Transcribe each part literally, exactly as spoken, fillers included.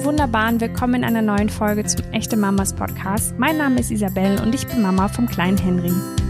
ihr Wunderbaren, willkommen in einer neuen Folge zum Echte Mamas Podcast. Mein Name ist Isabel und ich bin Mama vom kleinen Henry.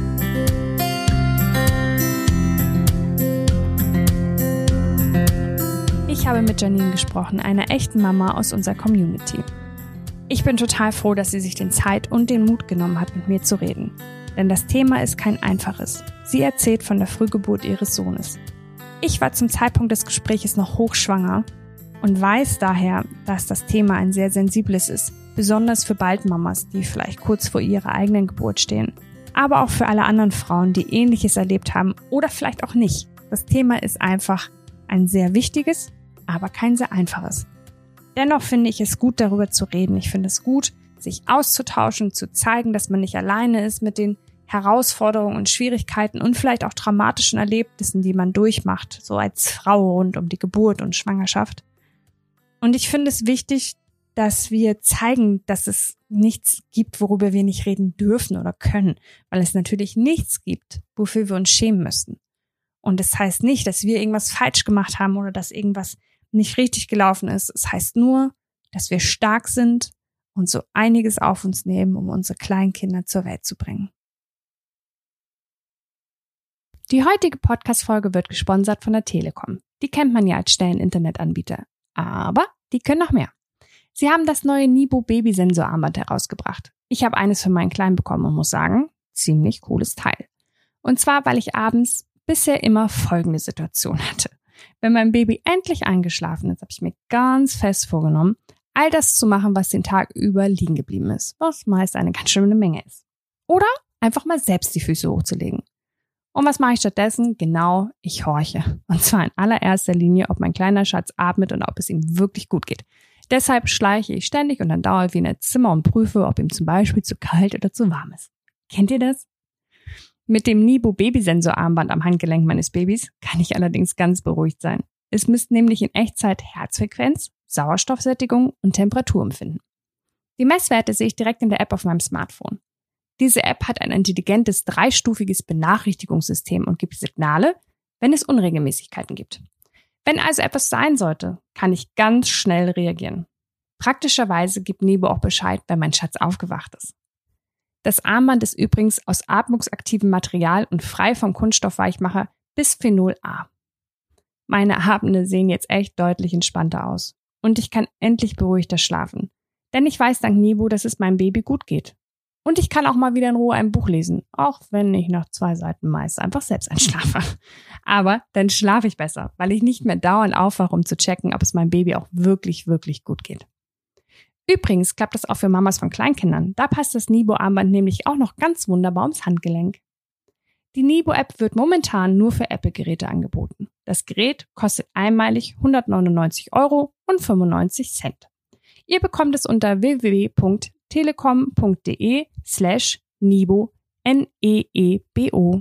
Ich habe mit Janine gesprochen, einer echten Mama aus unserer Community. Ich bin total froh, dass sie sich den Zeit und den Mut genommen hat, mit mir zu reden. Denn das Thema ist kein einfaches. Sie erzählt von der Frühgeburt ihres Sohnes. Ich war zum Zeitpunkt des Gesprächs noch hochschwanger und weiß daher, dass das Thema ein sehr sensibles ist, besonders für Baldmamas, die vielleicht kurz vor ihrer eigenen Geburt stehen. Aber auch für alle anderen Frauen, die Ähnliches erlebt haben oder vielleicht auch nicht. Das Thema ist einfach ein sehr wichtiges, aber kein sehr einfaches. Dennoch finde ich es gut, darüber zu reden. Ich finde es gut, sich auszutauschen, zu zeigen, dass man nicht alleine ist mit den Herausforderungen und Schwierigkeiten und vielleicht auch traumatischen Erlebnissen, die man durchmacht, so als Frau rund um die Geburt und Schwangerschaft. Und ich finde es wichtig, dass wir zeigen, dass es nichts gibt, worüber wir nicht reden dürfen oder können, weil es natürlich nichts gibt, wofür wir uns schämen müssten. Und das heißt nicht, dass wir irgendwas falsch gemacht haben oder dass irgendwas nicht richtig gelaufen ist. Es heißt nur, dass wir stark sind und so einiges auf uns nehmen, um unsere Kleinkinder zur Welt zu bringen. Die heutige Podcast-Folge wird gesponsert von der Telekom. Die kennt man ja als schnellen Internetanbieter. Aber die können noch mehr. Sie haben das neue Nibo Babysensor-Armband herausgebracht. Ich habe eines für meinen Kleinen bekommen und muss sagen, ziemlich cooles Teil. Und zwar, weil ich abends bisher immer folgende Situation hatte. Wenn mein Baby endlich eingeschlafen ist, habe ich mir ganz fest vorgenommen, all das zu machen, was den Tag über liegen geblieben ist, was meist eine ganz schöne Menge ist. Oder einfach mal selbst die Füße hochzulegen. Und was mache ich stattdessen? Genau, ich horche. Und zwar in allererster Linie, ob mein kleiner Schatz atmet und ob es ihm wirklich gut geht. Deshalb schleiche ich ständig und dann dauere ich wie in ein Zimmer und prüfe, ob ihm zum Beispiel zu kalt oder zu warm ist. Kennt ihr das? Mit dem Nibo Babysensor-Armband am Handgelenk meines Babys kann ich allerdings ganz beruhigt sein. Es misst nämlich in Echtzeit Herzfrequenz, Sauerstoffsättigung und Temperatur empfinden. Die Messwerte sehe ich direkt in der App auf meinem Smartphone. Diese App hat ein intelligentes, dreistufiges Benachrichtigungssystem und gibt Signale, wenn es Unregelmäßigkeiten gibt. Wenn also etwas sein sollte, kann ich ganz schnell reagieren. Praktischerweise gibt Nibo auch Bescheid, wenn mein Schatz aufgewacht ist. Das Armband ist übrigens aus atmungsaktivem Material und frei vom Kunststoffweichmacher Bisphenol A. Meine Abende sehen jetzt echt deutlich entspannter aus. Und ich kann endlich beruhigter schlafen. Denn ich weiß dank Nibo, dass es meinem Baby gut geht. Und ich kann auch mal wieder in Ruhe ein Buch lesen, auch wenn ich nach zwei Seiten meist einfach selbst einschlafe. Aber dann schlafe ich besser, weil ich nicht mehr dauernd aufwache, um zu checken, ob es meinem Baby auch wirklich, wirklich gut geht. Übrigens klappt das auch für Mamas von Kleinkindern. Da passt das Nibo-Armband nämlich auch noch ganz wunderbar ums Handgelenk. Die Nibo-App wird momentan nur für Apple-Geräte angeboten. Das Gerät kostet einmalig hundertneunundneunzig Euro und fünfundneunzig Cent. Ihr bekommt es unter www.telekom.de slash Nibo, N E E B O.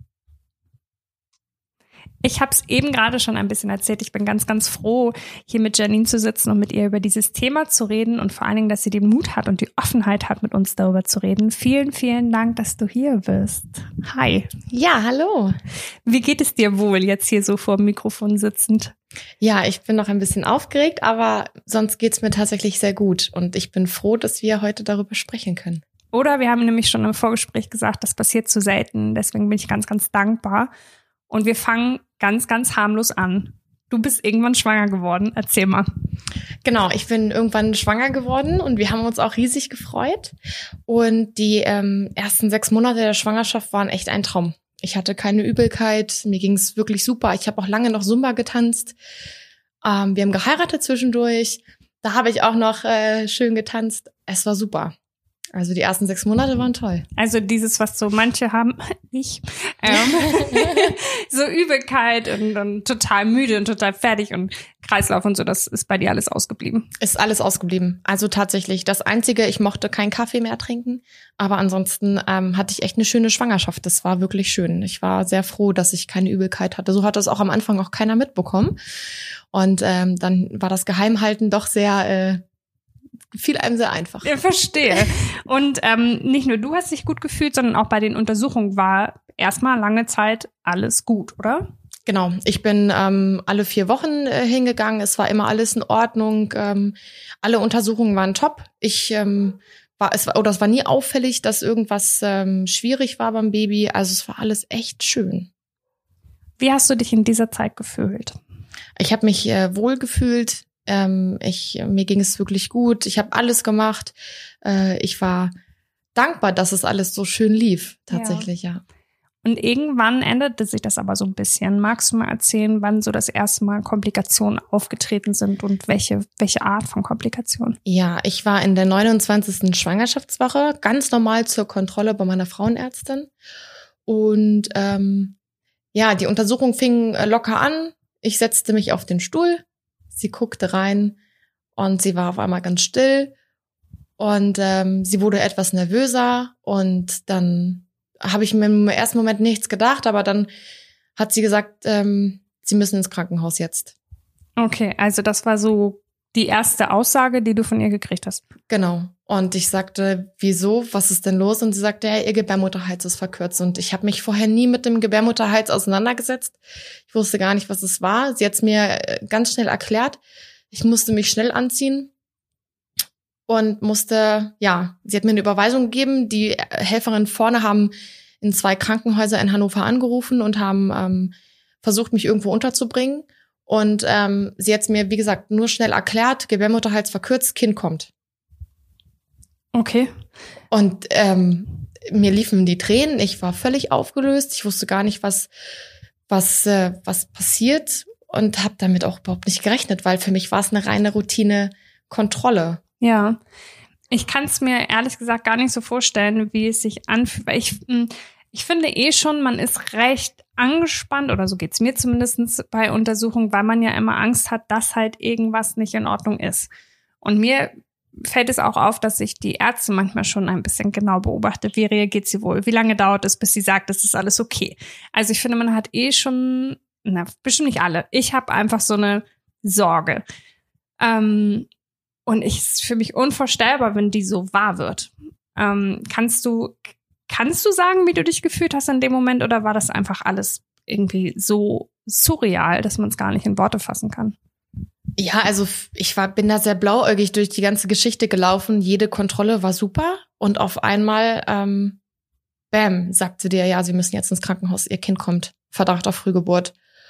Ich habe es eben gerade schon ein bisschen erzählt. Ich bin ganz, ganz froh, hier mit Janine zu sitzen und mit ihr über dieses Thema zu reden und vor allen Dingen, dass sie den Mut hat und die Offenheit hat, mit uns darüber zu reden. Vielen, vielen Dank, dass du hier bist. Hi. Ja, hallo. Wie geht es dir wohl jetzt hier so vor dem Mikrofon sitzend? Ja, ich bin noch ein bisschen aufgeregt, aber sonst geht's mir tatsächlich sehr gut. Und ich bin froh, dass wir heute darüber sprechen können. Oder wir haben nämlich schon im Vorgespräch gesagt, das passiert zu selten. Deswegen bin ich ganz, ganz dankbar. Und wir fangen ganz, ganz harmlos an. Du bist irgendwann schwanger geworden. Erzähl mal. Genau, ich bin irgendwann schwanger geworden und wir haben uns auch riesig gefreut. Und die ähm, ersten sechs Monate der Schwangerschaft waren echt ein Traum. Ich hatte keine Übelkeit, mir ging's wirklich super. Ich habe auch lange noch Zumba getanzt. Ähm, wir haben geheiratet zwischendurch. Da habe ich auch noch äh, schön getanzt. Es war super. Also die ersten sechs Monate waren toll. Also dieses, was so manche haben, ich, ähm, so Übelkeit und, und total müde und total fertig und Kreislauf und so, das ist bei dir alles ausgeblieben. Ist alles ausgeblieben. Also tatsächlich das Einzige, ich mochte keinen Kaffee mehr trinken, aber ansonsten ähm, hatte ich echt eine schöne Schwangerschaft. Das war wirklich schön. Ich war sehr froh, dass ich keine Übelkeit hatte. So hat das auch am Anfang auch keiner mitbekommen. Und ähm, dann war das Geheimhalten doch sehr... Äh, fiel einem sehr einfach. Ich verstehe. Und ähm, nicht nur du hast dich gut gefühlt, sondern auch bei den Untersuchungen war erstmal lange Zeit alles gut, oder? Genau, ich bin ähm, alle vier Wochen äh, hingegangen. Es war immer alles in Ordnung. Ähm, alle Untersuchungen waren top. Ich ähm, war es war oder es war nie auffällig, dass irgendwas ähm, schwierig war beim Baby. Also es war alles echt schön. Wie hast du dich in dieser Zeit gefühlt? Ich habe mich äh, wohl gefühlt. Ähm, ich mir ging es wirklich gut. Ich habe alles gemacht. Äh, ich war dankbar, dass es alles so schön lief. Tatsächlich, ja. ja. Und irgendwann änderte sich das aber so ein bisschen. Magst du mal erzählen, wann so das erste Mal Komplikationen aufgetreten sind und welche, welche Art von Komplikationen? Ja, ich war in der neunundzwanzigsten Schwangerschaftswoche, ganz normal zur Kontrolle bei meiner Frauenärztin. Und ähm, ja, die Untersuchung fing locker an. Ich setzte mich auf den Stuhl. Sie guckte rein und sie war auf einmal ganz still. Und ähm, sie wurde etwas nervöser und dann habe ich mir im ersten Moment nichts gedacht, aber dann hat sie gesagt, ähm, sie müssen ins Krankenhaus jetzt. Okay, also das war so die erste Aussage, die du von ihr gekriegt hast. Genau. Und ich sagte, wieso, was ist denn los? Und sie sagte, ja, ihr Gebärmutterhals ist verkürzt. Und ich habe mich vorher nie mit dem Gebärmutterhals auseinandergesetzt. Ich wusste gar nicht, was es war. Sie hat es mir ganz schnell erklärt. Ich musste mich schnell anziehen. Und musste, ja, sie hat mir eine Überweisung gegeben. Die Helferinnen vorne haben in zwei Krankenhäuser in Hannover angerufen und haben ähm, versucht, mich irgendwo unterzubringen. Und ähm, sie hat es mir, wie gesagt, nur schnell erklärt, Gebärmutterhals verkürzt, Kind kommt. Okay. Und ähm, mir liefen die Tränen. Ich war völlig aufgelöst. Ich wusste gar nicht, was, was, äh, was passiert und habe damit auch überhaupt nicht gerechnet, weil für mich war es eine reine Routine-Kontrolle. Ja, ich kann es mir ehrlich gesagt gar nicht so vorstellen, wie es sich anfühlt. Weil ich, ich finde eh schon, man ist recht angespannt, oder so geht's mir zumindest bei Untersuchungen, weil man ja immer Angst hat, dass halt irgendwas nicht in Ordnung ist. Und mir fällt es auch auf, dass sich die Ärzte manchmal schon ein bisschen genau beobachtet. Wie reagiert sie wohl? Wie lange dauert es, bis sie sagt, es ist alles okay? Also ich finde, man hat eh schon, na, bestimmt nicht alle. Ich habe einfach so eine Sorge. Ähm, Und ich ist für mich unvorstellbar, wenn die so wahr wird. Ähm, kannst du, kannst du sagen, wie du dich gefühlt hast in dem Moment, oder war das einfach alles irgendwie so surreal, dass man es gar nicht in Worte fassen kann? Ja, also ich war, bin da sehr blauäugig durch die ganze Geschichte gelaufen. Jede Kontrolle war super. Und auf einmal, ähm, bam, sagte dir, ja, sie müssen jetzt ins Krankenhaus, ihr Kind kommt. Verdacht auf Frühgeburt.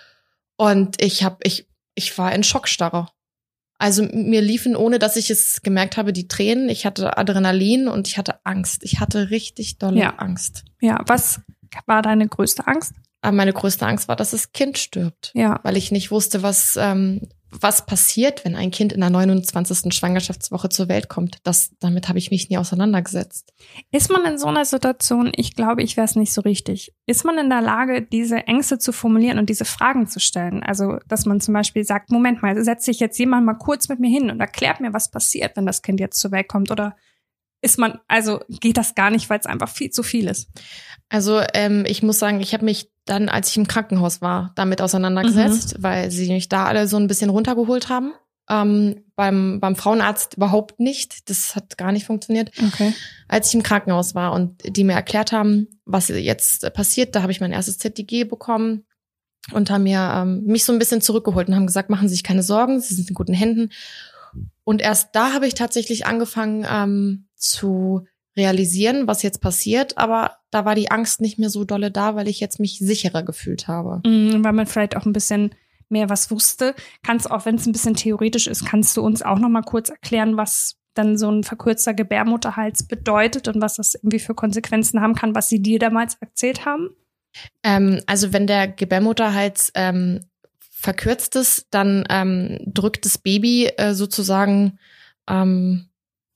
Und ich hab, ich, ich war in Schockstarre. Also mir liefen, ohne dass ich es gemerkt habe, die Tränen. Ich hatte Adrenalin und ich hatte Angst. Ich hatte richtig dolle ja. Angst. Ja, was war deine größte Angst? Aber meine größte Angst war, dass das Kind stirbt. Ja. Weil ich nicht wusste, was ähm, was passiert, wenn ein Kind in der neunundzwanzigsten Schwangerschaftswoche zur Welt kommt. Das, damit habe ich mich nie auseinandergesetzt. Ist man in so einer Situation, ich glaube, ich wäre es nicht so richtig, ist man in der Lage, diese Ängste zu formulieren und diese Fragen zu stellen? Also, dass man zum Beispiel sagt, Moment mal, setzt sich jetzt jemand mal kurz mit mir hin und erklärt mir, was passiert, wenn das Kind jetzt zur Welt kommt? Oder ist man, also geht das gar nicht, weil es einfach viel zu viel ist? Also ähm, ich muss sagen, ich habe mich dann, als ich im Krankenhaus war, damit auseinandergesetzt, mhm. weil sie mich da alle so ein bisschen runtergeholt haben. Ähm, beim beim Frauenarzt überhaupt nicht. Das hat gar nicht funktioniert. Okay. Als ich im Krankenhaus war und die mir erklärt haben, was jetzt passiert, da habe ich mein erstes Z T G bekommen und haben mir ähm, mich so ein bisschen zurückgeholt und haben gesagt, machen Sie sich keine Sorgen, Sie sind in guten Händen. Und erst da habe ich tatsächlich angefangen ähm, zu realisieren, was jetzt passiert, aber da war die Angst nicht mehr so dolle da, weil ich jetzt mich sicherer gefühlt habe. Mhm, weil man vielleicht auch ein bisschen mehr was wusste. Kannst, auch wenn es ein bisschen theoretisch ist, kannst du uns auch noch mal kurz erklären, was dann so ein verkürzter Gebärmutterhals bedeutet und was das irgendwie für Konsequenzen haben kann, was sie dir damals erzählt haben? Ähm, also wenn der Gebärmutterhals ähm, verkürzt ist, dann ähm, drückt das Baby äh, sozusagen ähm,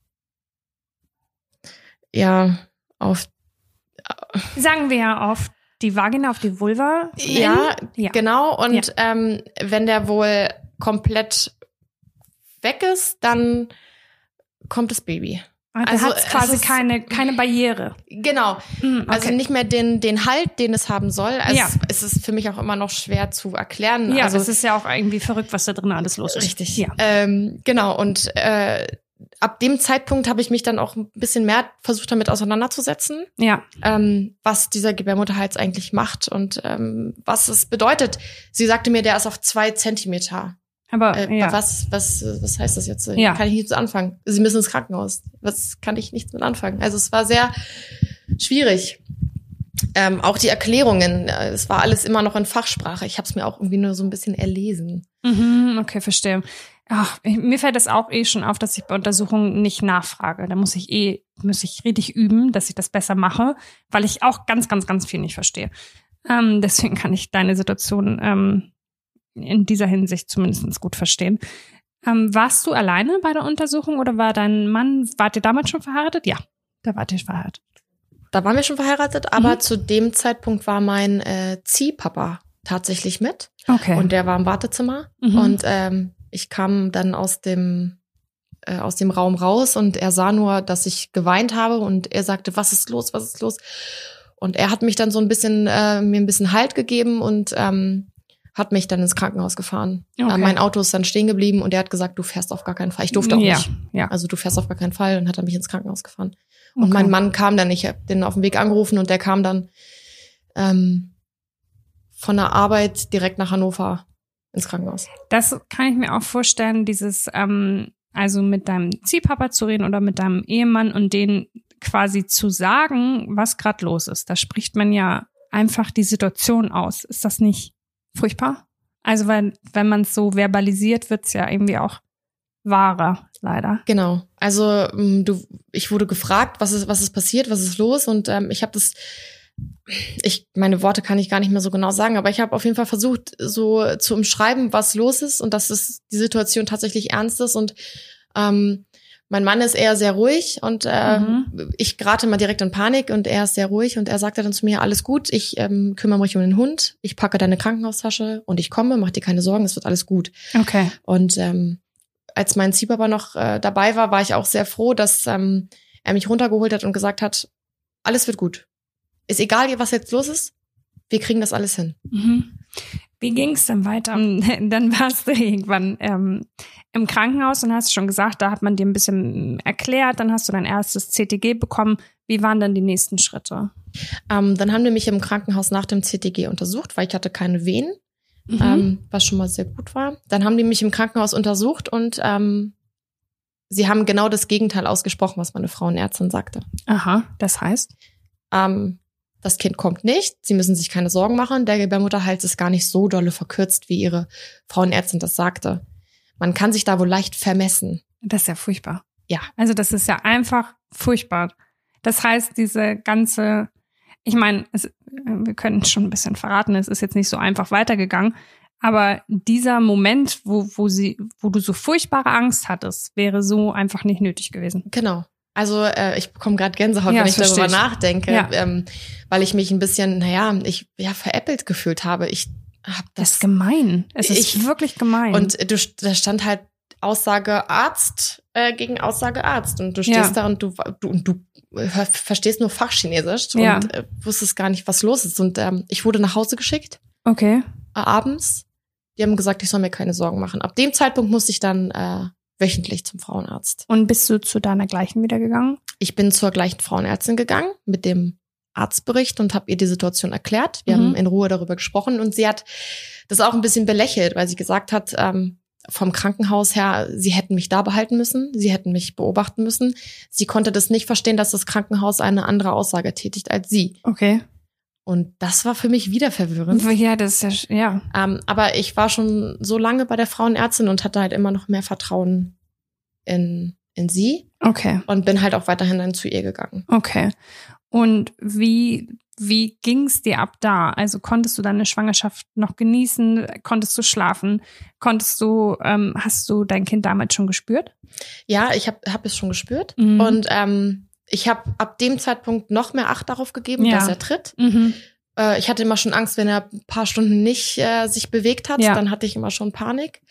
ja auf sagen wir ja auf die Vagina, auf die Vulva. Ja, ja. genau. Und ja. ähm, wenn der wohl komplett weg ist, dann kommt das Baby. Ah, der also hat quasi ist, keine keine Barriere. Genau. Mm, okay. Also nicht mehr den den Halt, den es haben soll. Also ja. es ist für mich auch immer noch schwer zu erklären. Ja, also es ist ja auch irgendwie verrückt, was da drin alles los ist. Richtig. Ja. Ähm, genau. Und äh, ab dem Zeitpunkt habe ich mich dann auch ein bisschen mehr versucht, damit auseinanderzusetzen. Ja. Ähm, was dieser Gebärmutterhals eigentlich macht und ähm, was es bedeutet. Sie sagte mir, der ist auf zwei Zentimeter. Aber Äh, ja. was, was, was heißt das jetzt? Ja. Kann ich nichts mit anfangen. Sie müssen ins Krankenhaus. Was kann ich nichts mit anfangen? Also es war sehr schwierig. Ähm, auch die Erklärungen, äh, es war alles immer noch in Fachsprache. Ich habe es mir auch irgendwie nur so ein bisschen erlesen. Mhm, okay, verstehe. Ach, ich, mir fällt das auch eh schon auf, dass ich bei Untersuchungen nicht nachfrage. Da muss ich eh, muss ich richtig üben, dass ich das besser mache, weil ich auch ganz, ganz, ganz viel nicht verstehe. Ähm, deswegen kann ich deine Situation ähm, in dieser Hinsicht zumindest gut verstehen. Ähm, warst du alleine bei der Untersuchung oder war dein Mann, wart ihr damals schon verheiratet? Ja, da wart ihr verheiratet. Da waren wir schon verheiratet, aber Mhm. zu dem Zeitpunkt war mein äh, Ziehpapa tatsächlich mit. Okay. Und der war im Wartezimmer. Mhm. Und ähm, ich kam dann aus dem äh, aus dem Raum raus und er sah nur, dass ich geweint habe und er sagte, was ist los, was ist los? Und er hat mich dann so ein bisschen, äh, mir ein bisschen Halt gegeben und ähm, hat mich dann ins Krankenhaus gefahren. Okay. Äh, mein Auto ist dann stehen geblieben und er hat gesagt, du fährst auf gar keinen Fall. Ich durfte auch ja, nicht. Ja. Also du fährst auf gar keinen Fall und hat er mich ins Krankenhaus gefahren. Und Okay. mein Mann kam dann, ich habe den auf dem Weg angerufen und der kam dann ähm, von der Arbeit direkt nach Hannover ins Krankenhaus. Das kann ich mir auch vorstellen, dieses, ähm, also mit deinem Ziehpapa zu reden oder mit deinem Ehemann und denen quasi zu sagen, was gerade los ist. Da spricht man ja einfach die Situation aus. Ist das nicht furchtbar? Also weil, wenn man es so verbalisiert, wird's ja irgendwie auch wahrer, leider. Genau. Also ähm, du, ich wurde gefragt, was ist, was ist passiert, was ist los und ähm, ich habe das, ich meine Worte kann ich gar nicht mehr so genau sagen, aber ich habe auf jeden Fall versucht, so zu umschreiben, was los ist und dass es die Situation tatsächlich ernst ist und ähm, mein Mann ist eher sehr ruhig und äh, Mhm. ich gerate mal direkt in Panik und er ist sehr ruhig und er sagte dann zu mir, alles gut, ich ähm, kümmere mich um den Hund, ich packe deine Krankenhaustasche und ich komme, mach dir keine Sorgen, es wird alles gut. Okay. Und ähm, als mein Ziehpapa noch äh, dabei war, war ich auch sehr froh, dass ähm, er mich runtergeholt hat und gesagt hat, alles wird gut. Ist egal, was jetzt los ist, wir kriegen das alles hin. Mhm. Wie ging es dann weiter? Dann warst du irgendwann ähm, im Krankenhaus und hast schon gesagt, da hat man dir ein bisschen erklärt, dann hast du dein erstes C T G bekommen. Wie waren dann die nächsten Schritte? Ähm, dann haben wir mich im Krankenhaus nach dem C T G untersucht, weil ich hatte keine Wehen, Mhm. ähm, was schon mal sehr gut war. Dann haben die mich im Krankenhaus untersucht und ähm, sie haben genau das Gegenteil ausgesprochen, was meine Frauenärztin sagte. Aha, das heißt? Ähm, das Kind kommt nicht, sie müssen sich keine Sorgen machen, der Gebärmutterhals ist gar nicht so dolle verkürzt, wie ihre Frauenärztin das sagte. Man kann sich da wohl leicht vermessen. Das ist ja furchtbar. Ja. Also das ist ja einfach furchtbar. Das heißt, diese ganze, ich meine, es, wir können schon ein bisschen verraten, es ist jetzt nicht so einfach weitergegangen, aber dieser Moment, wo, wo sie, wo du so furchtbare Angst hattest, wäre so einfach nicht nötig gewesen. Genau. Also äh, ich bekomme gerade Gänsehaut, Ja, wenn ich das darüber verstehe ich. nachdenke, Ja. ähm, weil ich mich ein bisschen, naja, ich ja veräppelt gefühlt habe. Ich habe Das das ist gemein. Es ist Ich- wirklich gemein. und du, da stand halt Aussage Arzt äh, gegen Aussage Arzt und du stehst Ja. da und du du und du hör, verstehst nur Fachchinesisch Ja. und äh, wusstest gar nicht, was los ist und ähm, ich wurde nach Hause geschickt Okay. äh, abends. Die haben gesagt, ich soll mir keine Sorgen machen. Ab dem Zeitpunkt musste ich dann äh, wöchentlich zum Frauenarzt. Und bist du zu deiner gleichen wieder gegangen? Ich bin zur gleichen Frauenärztin gegangen mit dem Arztbericht und habe ihr die Situation erklärt. Wir Mhm. haben in Ruhe darüber gesprochen und sie hat das auch ein bisschen belächelt, weil sie gesagt hat, ähm, vom Krankenhaus her, sie hätten mich da behalten müssen, sie hätten mich beobachten müssen. Sie konnte das nicht verstehen, dass das Krankenhaus eine andere Aussage tätigt als sie. Okay. Und das war für mich wieder verwirrend. Ja, das ist ja, ja. Ähm, aber ich war schon so lange bei der Frauenärztin und hatte halt immer noch mehr Vertrauen in, in sie Okay. und bin halt auch weiterhin dann zu ihr gegangen. Okay. Und wie, wie ging's dir ab da? Also konntest du deine Schwangerschaft noch genießen? Konntest du schlafen? Konntest du, ähm, hast du dein Kind damals schon gespürt? Ja, ich habe hab es schon gespürt. Mhm. Und ähm, ich habe ab dem Zeitpunkt noch mehr Acht darauf gegeben, Ja. dass er tritt. Mhm. Äh, ich hatte immer schon Angst, wenn er ein paar Stunden nicht äh, sich bewegt hat, Ja. dann hatte ich immer schon Panik.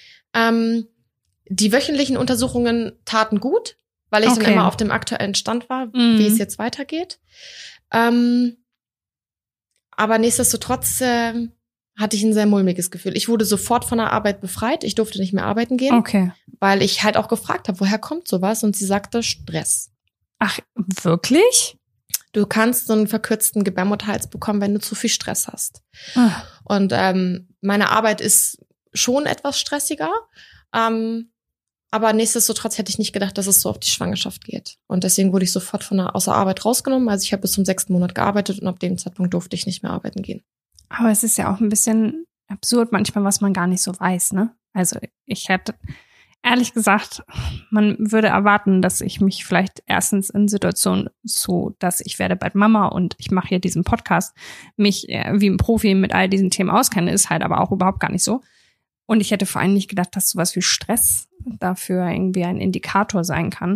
Ähm, die wöchentlichen Untersuchungen taten gut, weil ich Okay. dann immer auf dem aktuellen Stand war, Mhm. wie es jetzt weitergeht. Ähm, aber nichtsdestotrotz äh, hatte ich ein sehr mulmiges Gefühl. Ich wurde sofort von der Arbeit befreit. Ich durfte nicht mehr arbeiten gehen, Okay. weil ich halt auch gefragt habe, woher kommt sowas? Und sie sagte Stress. Ach, wirklich? Du kannst so einen verkürzten Gebärmutterhals bekommen, wenn du zu viel Stress hast. Ah. Und ähm, meine Arbeit ist schon etwas stressiger. Ähm, aber nichtsdestotrotz hätte ich nicht gedacht, dass es so auf die Schwangerschaft geht. Und deswegen wurde ich sofort von der, außer Arbeit rausgenommen. Also ich habe bis zum sechsten Monat gearbeitet und ab dem Zeitpunkt durfte ich nicht mehr arbeiten gehen. Aber es ist ja auch ein bisschen absurd manchmal, was man gar nicht so weiß, ne? Also ich hätte, ehrlich gesagt, man würde erwarten, dass ich mich vielleicht erstens in Situationen so, dass ich werde bald Mama und ich mache hier diesen Podcast, mich äh, wie ein Profi mit all diesen Themen auskenne, ist halt aber auch überhaupt gar nicht so. Und ich hätte vor allem nicht gedacht, dass sowas wie Stress dafür irgendwie ein Indikator sein kann.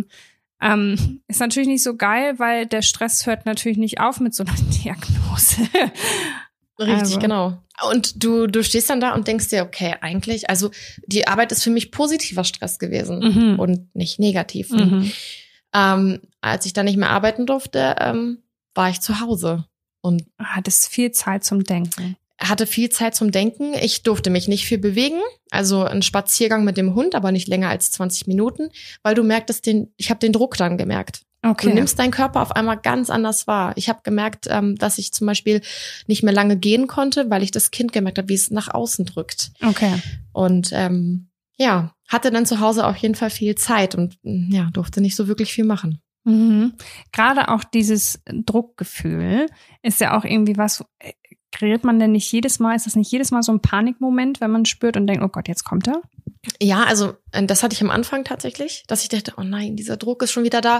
Ähm, ist natürlich nicht so geil, weil der Stress hört natürlich nicht auf mit so einer Diagnose. Richtig, Also. genau. Und du, du stehst dann da und denkst dir, okay, eigentlich, also die Arbeit ist für mich positiver Stress gewesen Mhm. und nicht negativ. Mhm. Ähm, als ich dann nicht mehr arbeiten durfte, ähm, war ich zu Hause und Hattest viel Zeit zum Denken. hatte viel Zeit zum Denken. Ich durfte mich nicht viel bewegen, also ein Spaziergang mit dem Hund, aber nicht länger als zwanzig Minuten, weil du merktest, den, ich habe den Druck dann gemerkt. Okay. Du nimmst deinen Körper auf einmal ganz anders wahr. Ich habe gemerkt, ähm, dass ich zum Beispiel nicht mehr lange gehen konnte, weil ich das Kind gemerkt habe, wie es nach außen drückt. Okay. Und ähm, ja, hatte dann zu Hause auf jeden Fall viel Zeit und ja, durfte nicht so wirklich viel machen. Mhm. Gerade auch dieses Druckgefühl ist ja auch irgendwie was, äh, kreiert man denn nicht jedes Mal, ist das nicht jedes Mal so ein Panikmoment, wenn man spürt und denkt, oh Gott, jetzt kommt er? Ja, also äh, das hatte ich am Anfang tatsächlich, dass ich dachte, oh nein, dieser Druck ist schon wieder da.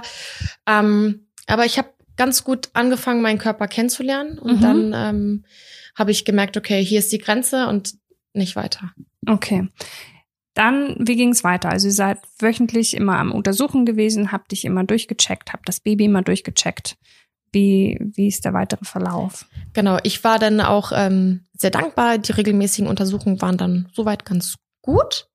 Ähm, aber ich habe ganz gut angefangen, meinen Körper kennenzulernen und Mhm. dann ähm, habe ich gemerkt, okay, hier ist die Grenze und nicht weiter. Okay. Dann, wie ging es weiter? Also ihr seid wöchentlich immer am Untersuchen gewesen, habt dich immer durchgecheckt, habt das Baby immer durchgecheckt. Wie, wie ist der weitere Verlauf? Genau, ich war dann auch ähm, sehr dankbar. Die regelmäßigen Untersuchungen waren dann soweit ganz gut,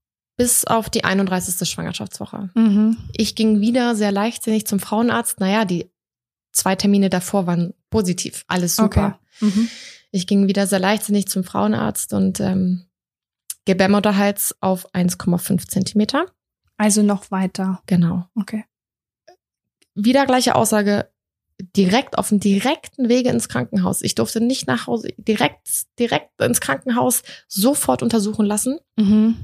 bis auf die einunddreißigste Schwangerschaftswoche. Mhm. Ich ging wieder sehr leichtsinnig zum Frauenarzt. Naja, die zwei Termine davor waren positiv, alles super. Okay. Mhm. Ich ging wieder sehr leichtsinnig zum Frauenarzt und ähm, Gebärmutterhals auf eins Komma fünf Zentimeter. Also noch weiter. Genau. Okay. Wieder gleiche Aussage, direkt auf dem direkten Wege ins Krankenhaus. Ich durfte nicht nach Hause, direkt, direkt ins Krankenhaus sofort untersuchen lassen. Mhm.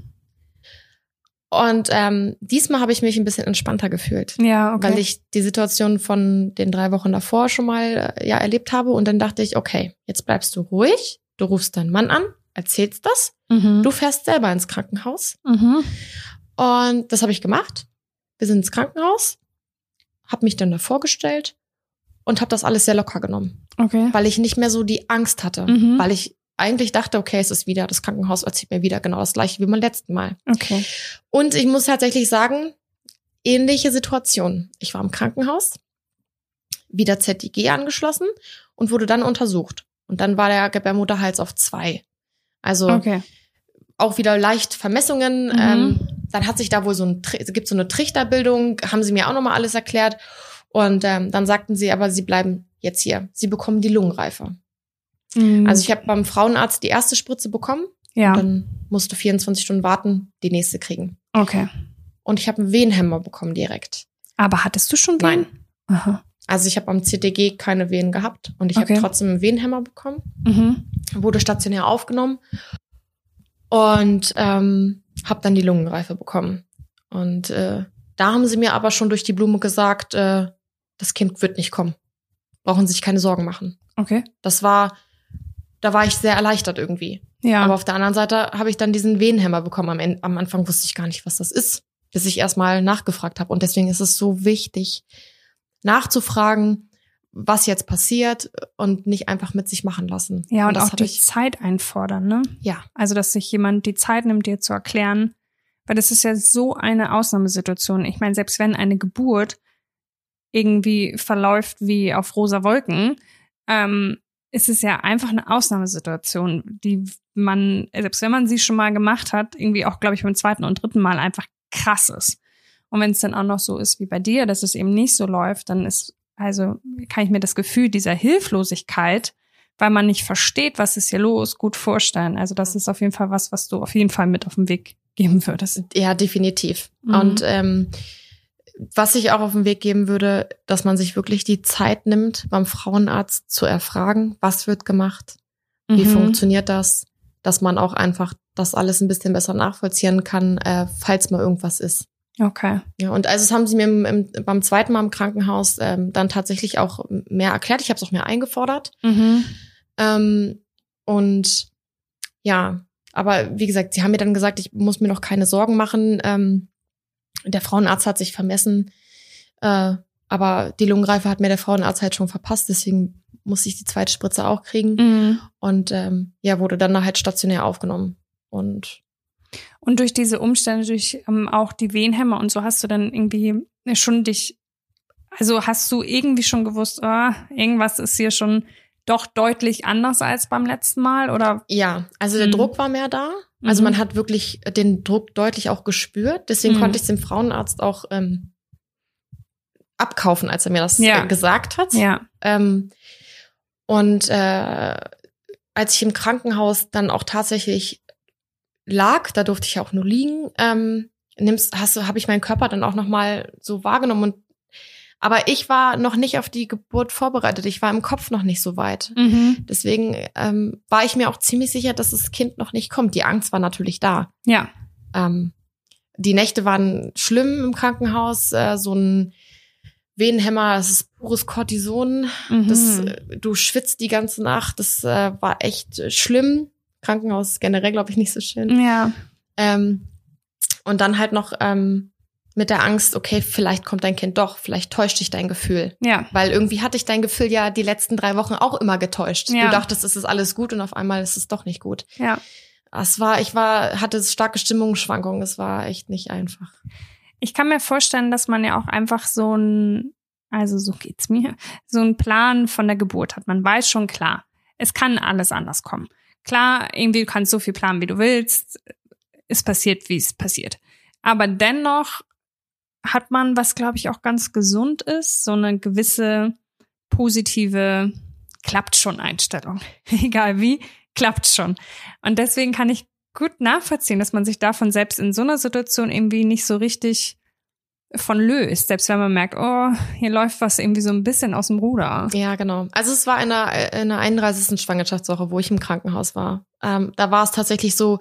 Und ähm, diesmal habe ich mich ein bisschen entspannter gefühlt, Ja, okay. weil ich die Situation von den drei Wochen davor schon mal äh, ja erlebt habe. Und dann dachte ich, okay, jetzt bleibst du ruhig, du rufst deinen Mann an, erzählst das, mhm. du fährst selber ins Krankenhaus. Mhm. Und das habe ich gemacht. Wir sind ins Krankenhaus, habe mich dann da vorgestellt und habe das alles sehr locker genommen, Okay. weil ich nicht mehr so die Angst hatte, Mhm. weil ich eigentlich dachte, okay, es ist wieder, das Krankenhaus erzählt mir wieder genau das Gleiche wie beim letzten Mal. Okay. Und ich muss tatsächlich sagen, ähnliche Situation. Ich war im Krankenhaus, wieder Z I G angeschlossen und wurde dann untersucht. Und dann war der Gebärmutterhals auf zwei. Also Okay. auch wieder leicht Vermessungen. Mhm. Ähm, dann hat sich da wohl so ein, Tri- es gibt so eine Trichterbildung, haben sie mir auch nochmal alles erklärt. Und ähm, dann sagten sie, aber sie bleiben jetzt hier. Sie bekommen die Lungenreife. Mhm. Also ich habe beim Frauenarzt die erste Spritze bekommen. ja. Und dann musste vierundzwanzig Stunden warten, die nächste kriegen. Okay. Und ich habe einen Wehenhemmer bekommen direkt. Aber hattest du schon Wehen? Nein. Aha. Also ich habe am C T G keine Wehen gehabt. Und ich Okay. habe trotzdem einen Wehenhemmer bekommen. Mhm. Wurde stationär aufgenommen. Und ähm, habe dann die Lungenreife bekommen. Und äh, da haben sie mir aber schon durch die Blume gesagt, äh, das Kind wird nicht kommen. Brauchen Sie sich keine Sorgen machen. Okay. Das war, da war ich sehr erleichtert irgendwie. Ja. Aber auf der anderen Seite habe ich dann diesen Wehenhemmer bekommen. Am, Ende, am Anfang wusste ich gar nicht, was das ist, bis ich erstmal nachgefragt habe. Und deswegen ist es so wichtig, nachzufragen, was jetzt passiert und nicht einfach mit sich machen lassen. ja, und, das auch hab die ich, Zeit einfordern, ne? ja, Also, dass sich jemand die Zeit nimmt, dir zu erklären. Weil das ist ja so eine Ausnahmesituation. Ich meine, selbst wenn eine Geburt irgendwie verläuft wie auf rosa Wolken, ähm, ist es ja einfach eine Ausnahmesituation, die man, selbst wenn man sie schon mal gemacht hat, irgendwie auch, glaube ich, beim zweiten und dritten Mal einfach krass ist. Und wenn es dann auch noch so ist wie bei dir, dass es eben nicht so läuft, dann ist, also kann ich mir das Gefühl dieser Hilflosigkeit weil man nicht versteht, was ist hier los, gut vorstellen. Also das ist auf jeden Fall was, was du auf jeden Fall mit auf den Weg geben würdest. Ja, definitiv. Mhm. Und ähm, was ich auch auf den Weg geben würde, dass man sich wirklich die Zeit nimmt, beim Frauenarzt zu erfragen, was wird gemacht, wie mhm. funktioniert das, dass man auch einfach das alles ein bisschen besser nachvollziehen kann, äh, falls mal irgendwas ist. Okay. Ja, und also das haben sie mir im, im, beim zweiten Mal im Krankenhaus ähm, dann tatsächlich auch mehr erklärt. Ich habe es auch mehr eingefordert. Mhm. Ähm, und ja, aber wie gesagt, sie haben mir dann gesagt, ich muss mir noch keine Sorgen machen. Ähm, der Frauenarzt hat sich vermessen, äh, aber die Lungenreife hat mir der Frauenarzt halt schon verpasst, deswegen musste ich die zweite Spritze auch kriegen. Mhm. Und ähm, ja, wurde dann halt stationär aufgenommen. Und Und durch diese Umstände, durch ähm, auch die Wehenhämmer und so, hast du dann irgendwie schon dich, also hast du irgendwie schon gewusst, oh, irgendwas ist hier schon doch deutlich anders als beim letzten Mal, oder? Ja, also der mhm. Druck war mehr da. Also mhm. man hat wirklich den Druck deutlich auch gespürt. Deswegen mhm. konnte ich es dem Frauenarzt auch ähm, abkaufen, als er mir das ja. gesagt hat. Ja. Ähm, und äh, als ich im Krankenhaus dann auch tatsächlich lag, da durfte ich auch nur liegen, ähm, nimmst, hast du, habe ich meinen Körper dann auch noch mal so wahrgenommen. Und aber ich war noch nicht auf die Geburt vorbereitet. Ich war im Kopf noch nicht so weit. Mhm. Deswegen ähm, war ich mir auch ziemlich sicher, dass das Kind noch nicht kommt. Die Angst war natürlich da. Ja. Ähm, die Nächte waren schlimm im Krankenhaus. Äh, so ein Wehenhämmer, das ist pures Cortison. Mhm. Das, du schwitzt die ganze Nacht. Das äh, war echt schlimm. Krankenhaus ist generell, glaube ich, nicht so schön. Ja. Ähm, und dann halt noch ähm, mit der Angst, okay, vielleicht kommt dein Kind doch, vielleicht täuscht dich dein Gefühl. Ja. Weil irgendwie hatte ich dein Gefühl ja die letzten drei Wochen auch immer getäuscht. Ja. Du dachtest, es ist alles gut und auf einmal ist es doch nicht gut. Ja. Es war, ich war, hatte starke Stimmungsschwankungen. Es war echt nicht einfach. Ich kann mir vorstellen, dass man ja auch einfach so ein, also so geht's mir, so einen Plan von der Geburt hat. Man weiß schon klar, es kann alles anders kommen. Klar, irgendwie du kannst so viel planen, wie du willst. Es passiert, wie es passiert. Aber dennoch hat man, was glaube ich auch ganz gesund ist, so eine gewisse positive klappt schon Einstellung. Egal wie, klappt schon. Und deswegen kann ich gut nachvollziehen, dass man sich davon selbst in so einer Situation irgendwie nicht so richtig von löst. Selbst wenn man merkt, oh, hier läuft was irgendwie so ein bisschen aus dem Ruder. Ja, genau. Also es war in der, in der einunddreißigsten Schwangerschaftswoche, wo ich im Krankenhaus war. Ähm, da war es tatsächlich so,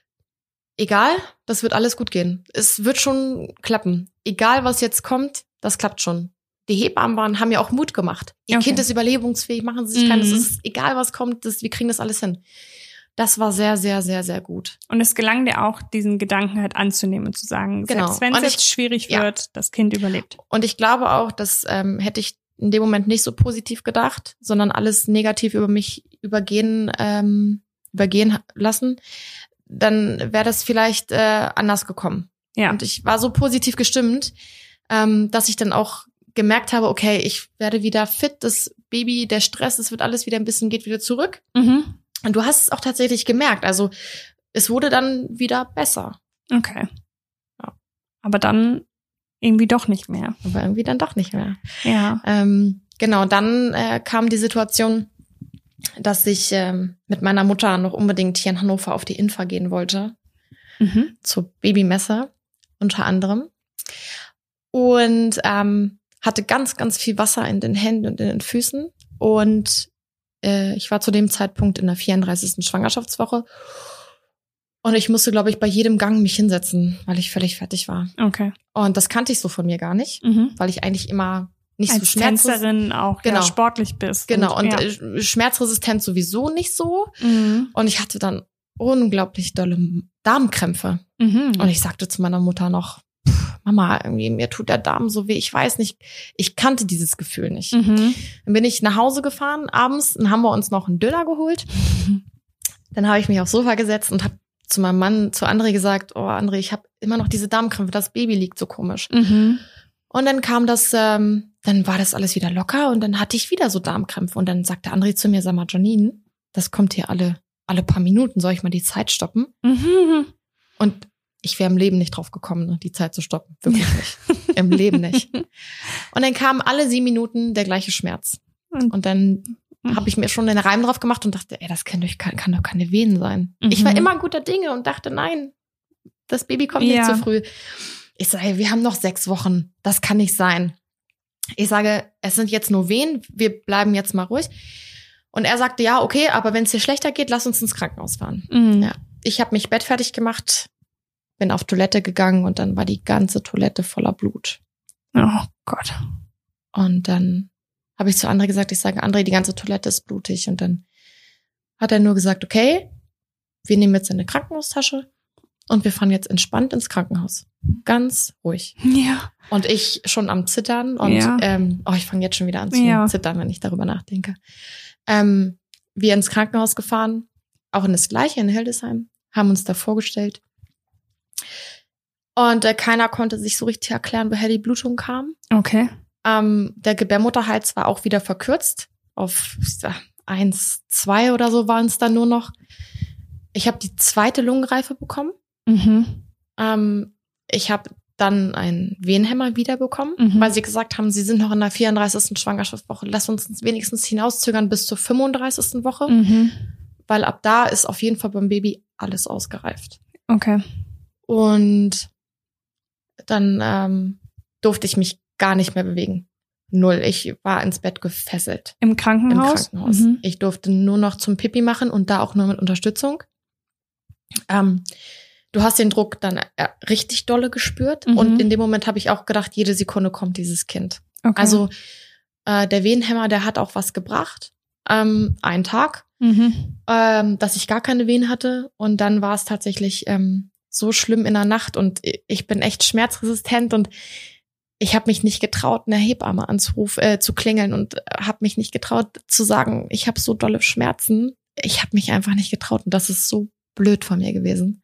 egal, das wird alles gut gehen. Es wird schon klappen. Egal, was jetzt kommt, das klappt schon. Die Hebammen waren, haben ja auch Mut gemacht. Ihr okay. Kind ist überlebensfähig, machen Sie sich mhm. keine, es ist egal, was kommt, das, wir kriegen das alles hin. Das war sehr, sehr, sehr, sehr gut. Und es gelang dir auch, diesen Gedanken halt anzunehmen und zu sagen, genau. selbst wenn es jetzt schwierig ja. wird, das Kind überlebt. Und ich glaube auch, das ähm, hätte ich in dem Moment nicht so positiv gedacht, sondern alles negativ über mich übergehen, ähm, übergehen lassen, dann wäre das vielleicht äh, anders gekommen. Ja. Und ich war so positiv gestimmt, ähm, dass ich dann auch gemerkt habe, okay, ich werde wieder fit, das Baby, der Stress, es wird alles wieder ein bisschen, geht wieder zurück. Mhm. Und du hast es auch tatsächlich gemerkt. Also es wurde dann wieder besser. Okay. Ja. Aber dann irgendwie doch nicht mehr. Aber irgendwie dann doch nicht mehr. Ja. Ähm, genau, dann äh, kam die Situation, dass ich ähm, mit meiner Mutter noch unbedingt hier in Hannover auf die Infa gehen wollte. Mhm. Zur Babymesse unter anderem. Und ähm, hatte ganz, ganz viel Wasser in den Händen und in den Füßen. Und äh, ich war zu dem Zeitpunkt in der vierunddreißigsten Schwangerschaftswoche. Und ich musste, glaube ich, bei jedem Gang mich hinsetzen, weil ich völlig fertig war. Okay. Und das kannte ich so von mir gar nicht, mhm. weil ich eigentlich immer nicht als so schmerzresistent Tänzerin auch genau. ja, sportlich bist. Genau, und, und ja. schmerzresistent sowieso nicht so. Mhm. Und ich hatte dann unglaublich dolle Darmkrämpfe. Mhm. Und ich sagte zu meiner Mutter noch, pff, Mama, irgendwie mir tut der Darm so weh. Ich weiß nicht, ich kannte dieses Gefühl nicht. Mhm. Dann bin ich nach Hause gefahren abends, dann haben wir uns noch einen Döner geholt. Mhm. Dann habe ich mich aufs Sofa gesetzt und habe zu meinem Mann, zu André gesagt, oh André, ich habe immer noch diese Darmkrämpfe, das Baby liegt so komisch. Mhm. Und dann kam das, ähm, dann war das alles wieder locker und dann hatte ich wieder so Darmkrämpfe. Und dann sagte André zu mir, sag mal, Janine, das kommt hier alle, alle paar Minuten, soll ich mal die Zeit stoppen? Mhm. Und ich wäre im Leben nicht drauf gekommen, ne, die Zeit zu stoppen. Wirklich nicht. Im Leben nicht. Und dann kam alle sieben Minuten der gleiche Schmerz. Und dann mhm. habe ich mir schon den Reim drauf gemacht und dachte, ey, das kann doch, kann, kann doch keine Wehen sein. Mhm. Ich war immer guter Dinge und dachte, nein, das Baby kommt ja. nicht zu früh. Ich sage, wir haben noch sechs Wochen. Das kann nicht sein. Ich sage, es sind jetzt nur Wehen. Wir bleiben jetzt mal ruhig. Und er sagte, ja, okay, aber wenn es dir schlechter geht, lass uns ins Krankenhaus fahren. Mhm. Ja. Ich habe mich bettfertig gemacht, bin auf Toilette gegangen und dann war die ganze Toilette voller Blut. Oh Gott. Und dann habe ich zu André gesagt, ich sage, André, die ganze Toilette ist blutig. Und dann hat er nur gesagt, okay, wir nehmen jetzt eine Krankenhaustasche und wir fahren jetzt entspannt ins Krankenhaus. Ganz ruhig. Ja. Und ich schon am Zittern und ja. ähm, oh, ich fange jetzt schon wieder an zu ja. zittern, wenn ich darüber nachdenke. Ähm, wir ins Krankenhaus gefahren, auch in das Gleiche, in Hildesheim, haben uns da vorgestellt. Und äh, keiner konnte sich so richtig erklären, woher die Blutung kam. Okay. Ähm, der Gebärmutterhals war auch wieder verkürzt. Auf eins, zwei oder so waren es dann nur noch. Ich habe die zweite Lungenreife bekommen. Mhm. Ähm, ich habe dann einen Wehenhämmer wiederbekommen, mhm. weil sie gesagt haben, sie sind noch in der vierunddreißigsten Schwangerschaftswoche. Lass uns wenigstens hinauszögern bis zur fünfunddreißigsten Woche. Mhm. Weil ab da ist auf jeden Fall beim Baby alles ausgereift. Okay. Und dann ähm, durfte ich mich gar nicht mehr bewegen. Null. Ich war ins Bett gefesselt. Im Krankenhaus? Im Krankenhaus. Mhm. Ich durfte nur noch zum Pipi machen und da auch nur mit Unterstützung. Ähm, du hast den Druck dann richtig dolle gespürt. Mhm. Und in dem Moment habe ich auch gedacht, jede Sekunde kommt dieses Kind. Okay. Also äh, der Wehenhämmer, der hat auch was gebracht. Ähm, einen Tag, mhm. ähm, dass ich gar keine Wehen hatte. Und dann war es tatsächlich ähm, so schlimm in der Nacht. Und ich bin echt schmerzresistent und ich habe mich nicht getraut, eine Hebamme anzurufen, äh, zu klingeln und habe mich nicht getraut zu sagen, ich habe so dolle Schmerzen. Ich habe mich einfach nicht getraut und das ist so blöd von mir gewesen.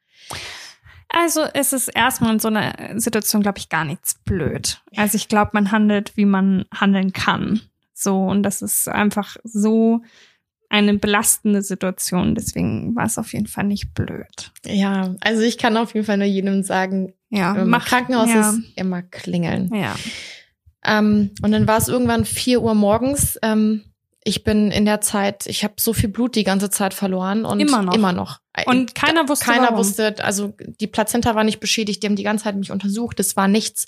Also es ist erstmal in so einer Situation, glaube ich, gar nichts blöd. Also ich glaube, man handelt, wie man handeln kann. So, und das ist einfach so eine belastende Situation. Deswegen war es auf jeden Fall nicht blöd. Ja, also ich kann auf jeden Fall nur jedem sagen, ja, wenn man im Krankenhaus ja. ist, immer klingeln. Ja. Ähm, und dann war es irgendwann vier Uhr morgens. Ähm, ich bin in der Zeit, ich habe so viel Blut die ganze Zeit verloren. Und immer noch. Immer noch. Und keiner wusste Keiner warum. wusste, also die Plazenta war nicht beschädigt, die haben die ganze Zeit mich untersucht, es war nichts.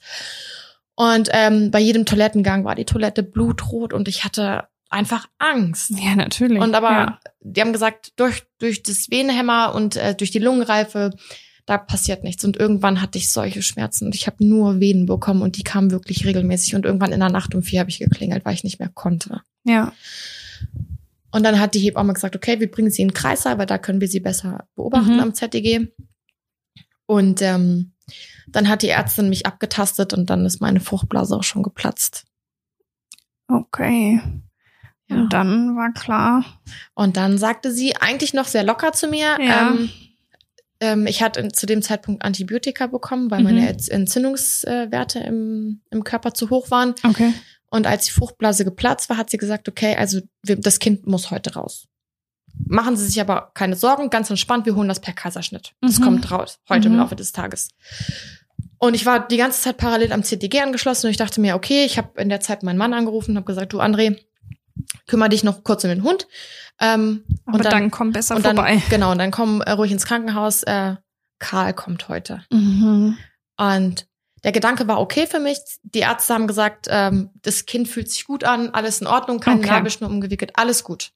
Und ähm, bei jedem Toilettengang war die Toilette blutrot und ich hatte einfach Angst. Ja, natürlich. Und aber ja. die haben gesagt, durch durch das Wehenhämmer und äh, durch die Lungenreife, da passiert nichts. Und irgendwann hatte ich solche Schmerzen und ich habe nur Wehen bekommen und die kamen wirklich regelmäßig. Und irgendwann in der Nacht um vier habe ich geklingelt, weil ich nicht mehr konnte. Ja. Und dann hat die Hebamme gesagt, okay, wir bringen sie in den Kreissaal, weil da können wir sie besser beobachten mhm. am Z D G. Und ähm, dann hat die Ärztin mich abgetastet und dann ist meine Fruchtblase auch schon geplatzt. Okay. Ja. Und dann war klar. Und dann sagte sie eigentlich noch sehr locker zu mir, ja. ähm, ähm, ich hatte zu dem Zeitpunkt Antibiotika bekommen, weil mhm. meine Entzündungswerte im, im Körper zu hoch waren. Okay. Und als die Fruchtblase geplatzt war, hat sie gesagt, okay, also wir, das Kind muss heute raus. Machen Sie sich aber keine Sorgen, ganz entspannt, wir holen das per Kaiserschnitt. Das mhm. kommt raus, heute mhm. im Laufe des Tages. Und ich war die ganze Zeit parallel am Z D G angeschlossen und ich dachte mir, okay, ich habe in der Zeit meinen Mann angerufen und habe gesagt, du André, kümmere dich noch kurz um den Hund. Ähm, aber und dann, dann komm besser und dann, vorbei. Genau, und dann komm äh, ruhig ins Krankenhaus. Äh, Karl kommt heute. Mhm. Und der Gedanke war okay für mich. Die Ärzte haben gesagt, ähm, das Kind fühlt sich gut an, alles in Ordnung, keine okay. Nabelschnur umgewickelt, alles gut.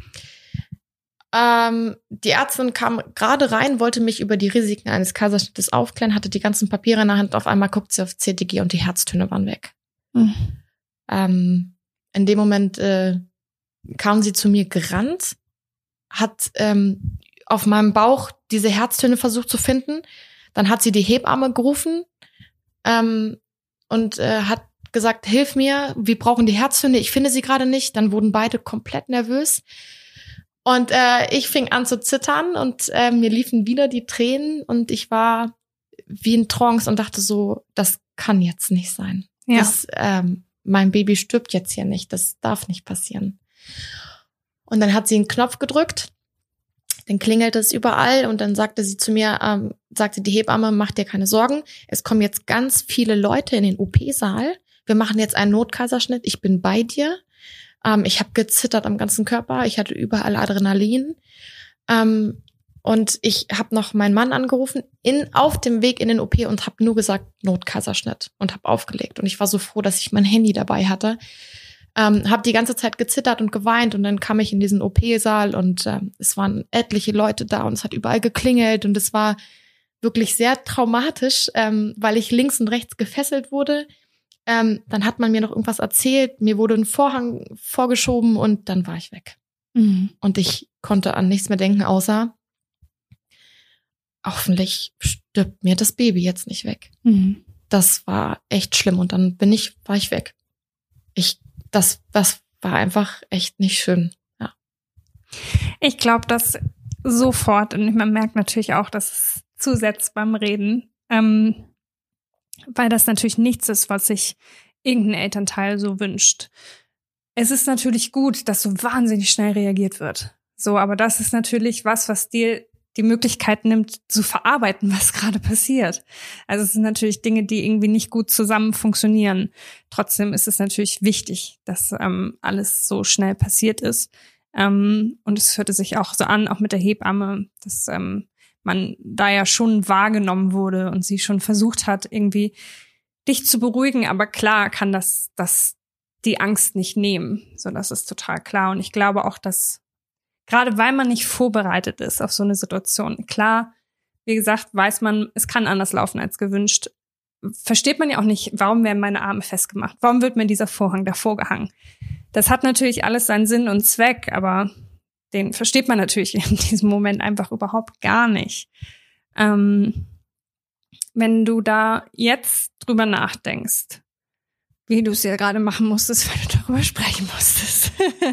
Ähm, die Ärztin kam gerade rein, wollte mich über die Risiken eines Kaiserschnittes aufklären, hatte die ganzen Papiere in der Hand. Auf einmal guckt sie auf Z D G und die Herztöne waren weg. Mhm. Ähm, in dem Moment äh, kam sie zu mir gerannt, hat ähm, auf meinem Bauch diese Herztöne versucht zu finden. Dann hat sie die Hebamme gerufen ähm, und äh, hat gesagt, hilf mir, wir brauchen die Herztöne, ich finde sie gerade nicht. Dann wurden beide komplett nervös. Und äh, ich fing an zu zittern und äh, mir liefen wieder die Tränen und ich war wie in Trance und dachte so, das kann jetzt nicht sein. Ja. Das, ähm, mein Baby stirbt jetzt hier nicht, das darf nicht passieren. Und dann hat sie einen Knopf gedrückt, dann klingelte es überall und dann sagte sie zu mir, ähm, sagte die Hebamme, mach dir keine Sorgen, es kommen jetzt ganz viele Leute in den O P-Saal, wir machen jetzt einen Notkaiserschnitt, ich bin bei dir. Ähm, ich habe gezittert am ganzen Körper. Ich hatte überall Adrenalin. Ähm, und ich habe noch meinen Mann angerufen in auf dem Weg in den O P und habe nur gesagt, Notkaiserschnitt und habe aufgelegt. Und ich war so froh, dass ich mein Handy dabei hatte. Ähm, habe die ganze Zeit gezittert und geweint und dann kam ich in diesen O P-Saal und ähm, es waren etliche Leute da und es hat überall geklingelt und es war wirklich sehr traumatisch, ähm, weil ich links und rechts gefesselt wurde. Ähm, dann hat man mir noch irgendwas erzählt, mir wurde ein Vorhang vorgeschoben und dann war ich weg. Mhm. Und ich konnte an nichts mehr denken, außer hoffentlich stirbt mir das Baby jetzt nicht weg. Mhm. Das war echt schlimm und dann bin ich, war ich weg. Ich Das, das war einfach echt nicht schön. Ja. Ich glaube, dass sofort, und man merkt natürlich auch, dass es zusetzt beim Reden, ähm, weil das natürlich nichts ist, was sich irgendein Elternteil so wünscht. Es ist natürlich gut, dass so wahnsinnig schnell reagiert wird. So, aber das ist natürlich was, was dir die Möglichkeit nimmt, zu verarbeiten, was gerade passiert. Also es sind natürlich Dinge, die irgendwie nicht gut zusammen funktionieren. Trotzdem ist es natürlich wichtig, dass ähm, alles so schnell passiert ist. Ähm, und es hörte sich auch so an, auch mit der Hebamme, dass ähm, man da ja schon wahrgenommen wurde und sie schon versucht hat, irgendwie dich zu beruhigen. Aber klar kann das, das die Angst nicht nehmen. So, das ist total klar. Und ich glaube auch, dass gerade weil man nicht vorbereitet ist auf so eine Situation. Klar, wie gesagt, weiß man, es kann anders laufen als gewünscht. Versteht man ja auch nicht, warum werden meine Arme festgemacht? Warum wird mir dieser Vorhang davor gehangen? Das hat natürlich alles seinen Sinn und Zweck, aber den versteht man natürlich in diesem Moment einfach überhaupt gar nicht. Ähm, wenn du da jetzt drüber nachdenkst, wie du es ja gerade machen musstest, weil du darüber sprechen musstest,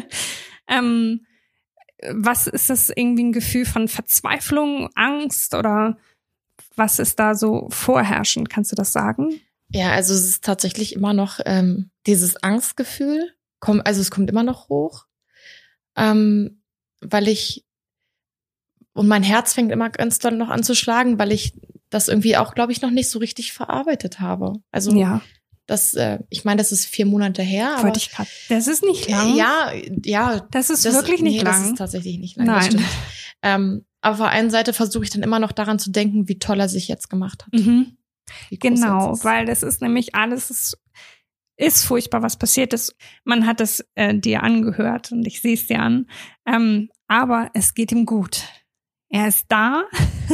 ähm, was ist das, irgendwie ein Gefühl von Verzweiflung, Angst oder was ist da so vorherrschend? Kannst du das sagen? Ja, also es ist tatsächlich immer noch ähm, dieses Angstgefühl, komm, also es kommt immer noch hoch, ähm, weil ich, und mein Herz fängt immer ganz doll noch an zu schlagen, weil ich das irgendwie auch, glaube ich, noch nicht so richtig verarbeitet habe. Also ja. Das, äh, ich meine, das ist vier Monate her. Wollte ich grad. Das ist nicht lang. Ja, ja. Das ist das, wirklich nicht nee, lang. Das ist tatsächlich nicht lang. Nein. Das stimmt. Ähm, aber auf der einen Seite versuche ich dann immer noch daran zu denken, wie toll er sich jetzt gemacht hat. Mhm. Genau, weil das ist nämlich alles, ist, ist furchtbar, was passiert ist. Man hat es äh, dir angehört und ich sehe es dir an. Ähm, aber es geht ihm gut. Er ist da.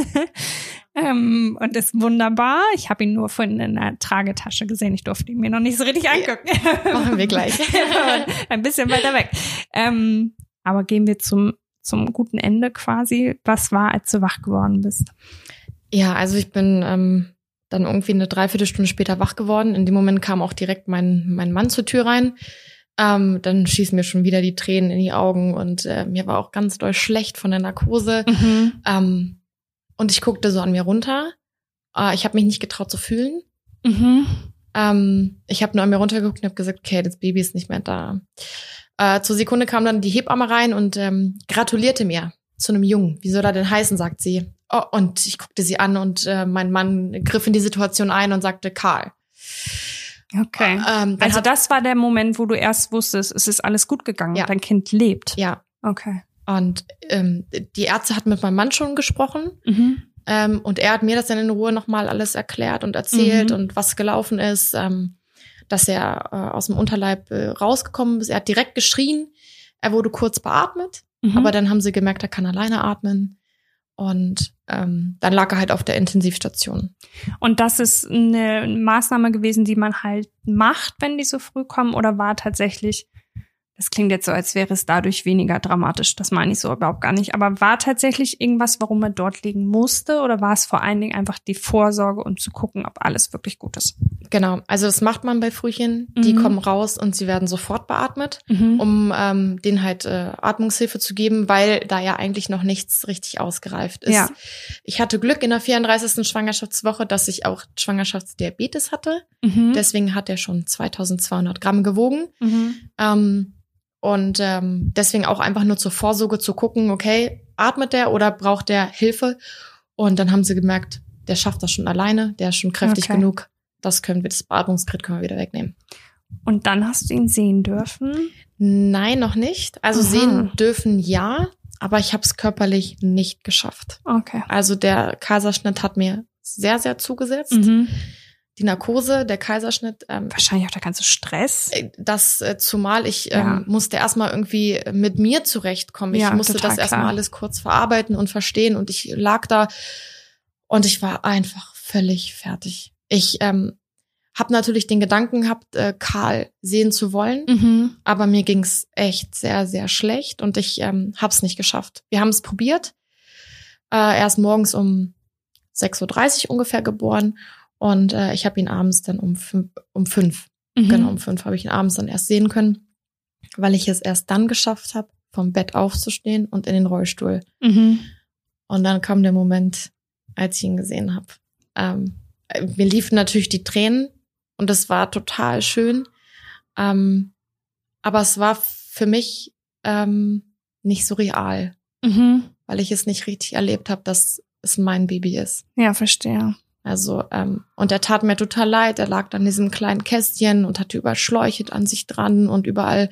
Ähm, und ist wunderbar. Ich habe ihn nur vorhin in der Tragetasche gesehen. Ich durfte ihn mir noch nicht so richtig angucken. Ja, machen wir gleich. Ein bisschen weiter weg. Ähm, aber gehen wir zum, zum guten Ende quasi. Was war, als du wach geworden bist? Ja, also ich bin ähm, dann irgendwie eine Dreiviertelstunde später wach geworden. In dem Moment kam auch direkt mein, mein Mann zur Tür rein. Ähm, dann schießen mir schon wieder die Tränen in die Augen und äh, mir war auch ganz doll schlecht von der Narkose. Mhm. Ähm, Und ich guckte so an mir runter. Äh, ich habe mich nicht getraut zu fühlen. Mhm. Ähm, ich habe nur an mir runtergeguckt und habe gesagt, okay, das Baby ist nicht mehr da. Äh, zur Sekunde kam dann die Hebamme rein und ähm, gratulierte mir zu einem Jungen. Wie soll er denn heißen, sagt sie. Oh, und ich guckte sie an und äh, mein Mann griff in die Situation ein und sagte Karl. Okay. Ähm, also hat, das war der Moment, wo du erst wusstest, es ist alles gut gegangen. Ja. Dein Kind lebt. Ja. Okay. Und ähm, die Ärzte hatten mit meinem Mann schon gesprochen. Mhm. Ähm, und er hat mir das dann in Ruhe nochmal alles erklärt und erzählt Mhm. und was gelaufen ist, ähm, dass er äh, aus dem Unterleib äh, rausgekommen ist. Er hat direkt geschrien. Er wurde kurz beatmet, Mhm. aber dann haben sie gemerkt, er kann alleine atmen. Und ähm, dann lag er halt auf der Intensivstation. Und das ist eine Maßnahme gewesen, die man halt macht, wenn die so früh kommen, oder war tatsächlich, das klingt jetzt so, als wäre es dadurch weniger dramatisch, das meine ich so überhaupt gar nicht, aber war tatsächlich irgendwas, warum er dort liegen musste, oder war es vor allen Dingen einfach die Vorsorge und zu gucken, ob alles wirklich gut ist? Genau, also das macht man bei Frühchen, die Mhm. kommen raus und sie werden sofort beatmet, Mhm. um ähm, denen halt äh, Atmungshilfe zu geben, weil da ja eigentlich noch nichts richtig ausgereift ist. Ja. Ich hatte Glück in der vierunddreißigsten Schwangerschaftswoche, dass ich auch Schwangerschaftsdiabetes hatte. Mhm. Deswegen hat er schon zweitausendzweihundert Gramm gewogen. Mhm. Ähm, und ähm, deswegen auch einfach nur zur Vorsorge zu gucken, okay, atmet der oder braucht der Hilfe? Und dann haben sie gemerkt, der schafft das schon alleine, der ist schon kräftig Okay. genug. Das können wir, das Beatmungsgerät können wir wieder wegnehmen. Und dann hast du ihn sehen dürfen? Nein, noch nicht. Also Aha. sehen dürfen ja, aber ich habe es körperlich nicht geschafft. Okay. Also der Kaiserschnitt hat mir sehr, sehr zugesetzt. Mhm. Die Narkose, der Kaiserschnitt. Ähm, Wahrscheinlich auch der ganze Stress. Das, äh, zumal ich Ja. ähm, musste erstmal irgendwie mit mir zurechtkommen. Ich Ja, musste total das erstmal klar. alles kurz verarbeiten und verstehen. Und ich lag da und ich war einfach völlig fertig. Ich ähm, habe natürlich den Gedanken gehabt, äh, Karl sehen zu wollen. Mhm. Aber mir ging's echt sehr, sehr schlecht und ich ähm, habe es nicht geschafft. Wir haben es probiert. Äh, er ist morgens um sechs Uhr dreißig ungefähr geboren und äh, ich habe ihn abends dann um fünf, um fünf, Mhm. genau um fünf habe ich ihn abends dann erst sehen können, weil ich es erst dann geschafft habe, vom Bett aufzustehen und in den Rollstuhl. Mhm. Und dann kam der Moment, als ich ihn gesehen habe. Ähm, mir liefen natürlich die Tränen und das war total schön. Ähm, aber es war für mich ähm, nicht so real, Mhm. weil ich es nicht richtig erlebt habe, dass es mein Baby ist. Ja, verstehe. Also, ähm, und er tat mir total leid. Er lag dann in diesem kleinen Kästchen und hatte überall Schläuche an sich dran und überall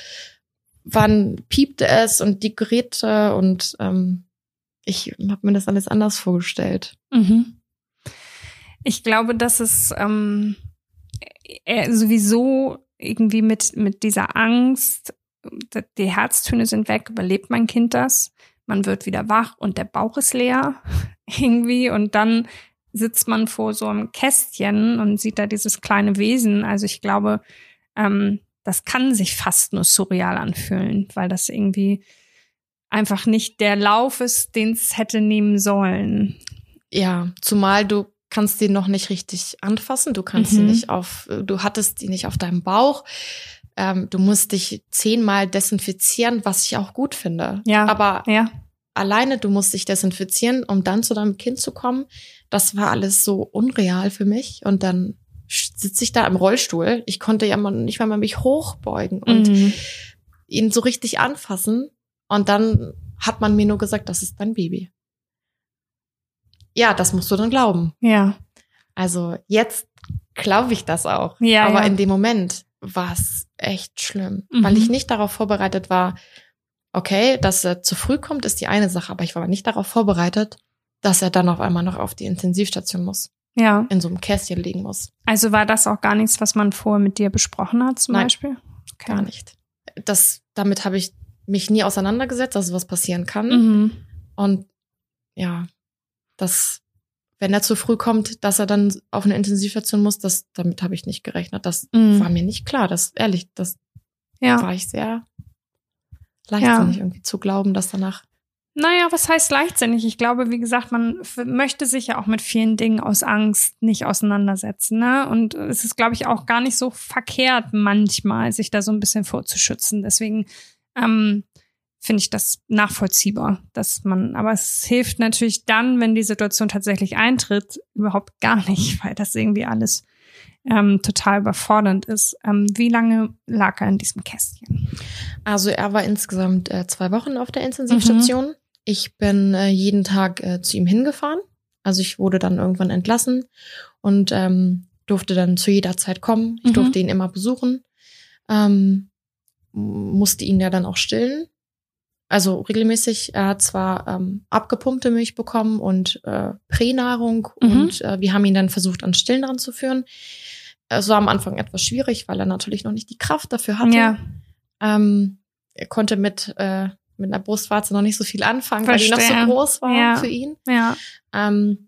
wann piepte es und die Geräte und ähm, ich habe mir das alles anders vorgestellt. Mhm. Ich glaube, dass es ähm, er sowieso irgendwie mit, mit dieser Angst, die Herztöne sind weg, überlebt mein Kind das? Man wird wieder wach und der Bauch ist leer irgendwie und dann sitzt man vor so einem Kästchen und sieht da dieses kleine Wesen. Also ich glaube, ähm, das kann sich fast nur surreal anfühlen, weil das irgendwie einfach nicht der Lauf ist, den es hätte nehmen sollen. Ja, zumal du kannst die noch nicht richtig anfassen, du kannst Mhm. sie nicht auf, du hattest die nicht auf deinem Bauch. Ähm, du musst dich zehnmal desinfizieren, was ich auch gut finde. Ja. Aber Ja. alleine, du musst dich desinfizieren, um dann zu deinem Kind zu kommen. Das war alles so unreal für mich. Und dann sitze ich da im Rollstuhl. Ich konnte ja mal nicht mal mich hochbeugen und Mhm. ihn so richtig anfassen. Und dann hat man mir nur gesagt, das ist dein Baby. Ja, das musst du dann glauben. Ja. Also jetzt glaube ich das auch. Ja, Aber ja. in dem Moment war es echt schlimm, Mhm. weil ich nicht darauf vorbereitet war. Okay, dass er zu früh kommt, ist die eine Sache, aber ich war nicht darauf vorbereitet, dass er dann auf einmal noch auf die Intensivstation muss, Ja. in so einem Kästchen liegen muss. Also war das auch gar nichts, was man vorher mit dir besprochen hat, zum Nein. Beispiel? Okay. Gar nicht. Das, damit habe ich mich nie auseinandergesetzt, dass sowas passieren kann. Mhm. Und ja, das, wenn er zu früh kommt, dass er dann auf eine Intensivstation muss, das, damit habe ich nicht gerechnet. Das Mhm. war mir nicht klar. Das, ehrlich, das Ja. war ich sehr leichtsinnig irgendwie zu glauben, dass danach. Naja, was heißt leichtsinnig? Ich glaube, wie gesagt, man f- möchte sich ja auch mit vielen Dingen aus Angst nicht auseinandersetzen, ne? Und es ist, glaube ich, auch gar nicht so verkehrt, manchmal sich da so ein bisschen vorzuschützen. Deswegen ähm, finde ich das nachvollziehbar, dass man, aber es hilft natürlich dann, wenn die Situation tatsächlich eintritt, überhaupt gar nicht, weil das irgendwie alles ähm, total überfordernd ist. Ähm, wie lange lag er in diesem Kästchen? Also er war insgesamt äh, zwei Wochen auf der Intensivstation. Mhm. Ich bin äh, jeden Tag äh, zu ihm hingefahren. Also ich wurde dann irgendwann entlassen und ähm, durfte dann zu jeder Zeit kommen. Ich Mhm. durfte ihn immer besuchen. Ähm, musste ihn ja dann auch stillen. Also regelmäßig. Er hat zwar ähm, abgepumpte Milch bekommen und äh, Pränahrung Mhm. und äh, wir haben ihn dann versucht, an Stillen ranzuführen. Es war am Anfang etwas schwierig, weil er natürlich noch nicht die Kraft dafür hatte. Ja. Ähm, er konnte mit, äh, mit einer Brustwarze noch nicht so viel anfangen, weil die noch Verstehe. so groß war Ja. für ihn. Ja. Ähm,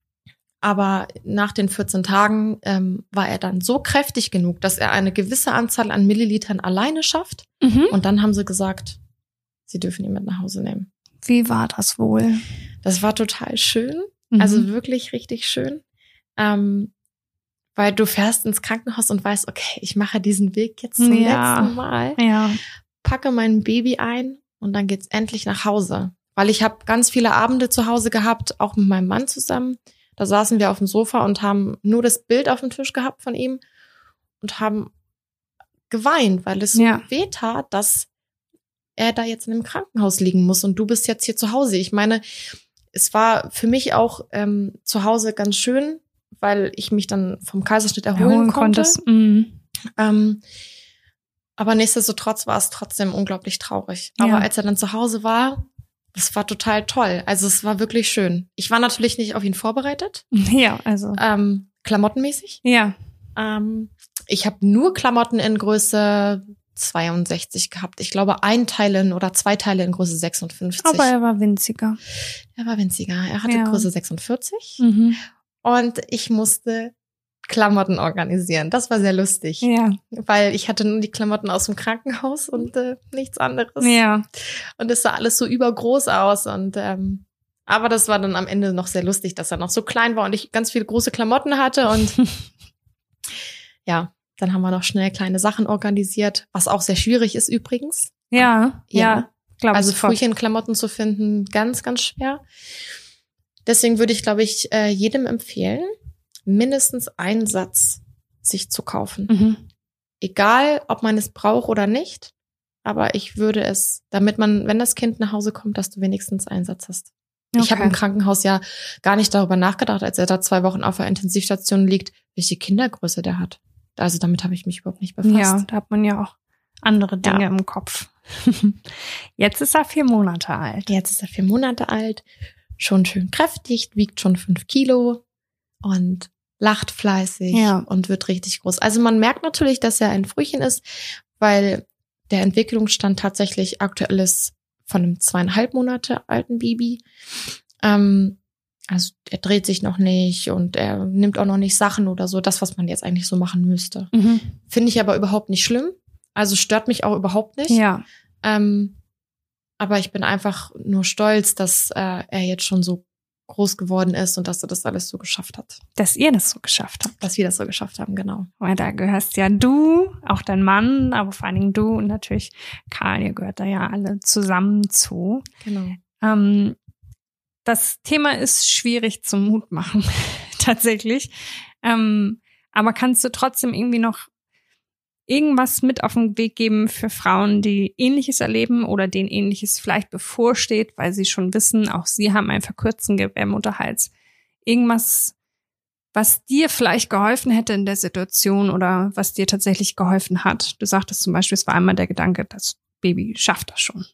aber nach den vierzehn Tagen ähm, war er dann so kräftig genug, dass er eine gewisse Anzahl an Millilitern alleine schafft. Mhm. Und dann haben sie gesagt, sie dürfen ihn mit nach Hause nehmen. Wie war das wohl? Das war total schön. Mhm. Also wirklich richtig schön. Ähm, weil du fährst ins Krankenhaus und weißt, okay, ich mache diesen Weg jetzt zum Ja. letzten Mal. Ja. Packe mein Baby ein und dann geht's endlich nach Hause. Weil ich habe ganz viele Abende zu Hause gehabt, auch mit meinem Mann zusammen. Da saßen wir auf dem Sofa und haben nur das Bild auf dem Tisch gehabt von ihm und haben geweint, weil es so Ja. weh tat, dass er da jetzt in einem Krankenhaus liegen muss und du bist jetzt hier zu Hause. Ich meine, es war für mich auch ähm, zu Hause ganz schön, weil ich mich dann vom Kaiserschnitt erholen, Erholen konnte. konntest. Mhm. Ähm, Aber nichtsdestotrotz war es trotzdem unglaublich traurig. Aber Ja. als er dann zu Hause war, das war total toll. Also es war wirklich schön. Ich war natürlich nicht auf ihn vorbereitet, Ja, also. ähm, klamottenmäßig. Ja. Ähm, ich habe nur Klamotten in Größe zweiundsechzig gehabt. Ich glaube, ein Teil in oder zwei Teile in Größe sechsundfünfzig. Aber er war winziger. Er war winziger. Er hatte Ja. Größe sechsundvierzig. Mhm. Und ich musste Klamotten organisieren. Das war sehr lustig. Ja. Weil ich hatte nur die Klamotten aus dem Krankenhaus und äh, nichts anderes. Ja. Und es sah alles so übergroß aus. Und ähm, aber das war dann am Ende noch sehr lustig, dass er noch so klein war und ich ganz viele große Klamotten hatte. Und ja, dann haben wir noch schnell kleine Sachen organisiert, was auch sehr schwierig ist übrigens. Ja. Ja. Ja. Glaube Also ich sofort. Frühchenklamotten zu finden, ganz, ganz schwer. Deswegen würde ich, glaube ich, äh, jedem empfehlen, mindestens einen Satz sich zu kaufen. Mhm. Egal, ob man es braucht oder nicht. Aber ich würde es, damit man, wenn das Kind nach Hause kommt, dass du wenigstens einen Satz hast. Okay. Ich habe im Krankenhaus ja gar nicht darüber nachgedacht, als er da zwei Wochen auf der Intensivstation liegt, welche Kindergröße der hat. Also damit habe ich mich überhaupt nicht befasst. Ja, da hat man ja auch andere Dinge Ja. im Kopf. Jetzt ist er vier Monate alt. Jetzt ist er vier Monate alt, schon schön kräftig, wiegt schon fünf Kilo und lacht fleißig Ja. und wird richtig groß. Also man merkt natürlich, dass er ein Frühchen ist, weil der Entwicklungsstand tatsächlich aktuell ist von einem zweieinhalb Monate alten Baby. Ähm, also er dreht sich noch nicht und er nimmt auch noch nicht Sachen oder so, das, was man jetzt eigentlich so machen müsste. Mhm. Finde ich aber überhaupt nicht schlimm. Also stört mich auch überhaupt nicht. Ja. Ähm, aber ich bin einfach nur stolz, dass äh, er jetzt schon so groß geworden ist und dass er das alles so geschafft hat. Dass ihr das so geschafft habt. Dass wir das so geschafft haben, genau. Weil da gehörst ja du, auch dein Mann, aber vor allen Dingen du und natürlich Karl, ihr gehört da ja alle zusammen zu. Genau. Ähm, das Thema ist schwierig zum Mut machen, tatsächlich. Ähm, aber kannst du trotzdem irgendwie noch irgendwas mit auf den Weg geben für Frauen, die Ähnliches erleben oder denen Ähnliches vielleicht bevorsteht, weil sie schon wissen, auch sie haben einen verkürzten Gebärmutterhals. Irgendwas, was dir vielleicht geholfen hätte in der Situation oder was dir tatsächlich geholfen hat. Du sagtest zum Beispiel, es war einmal der Gedanke, das Baby schafft das schon.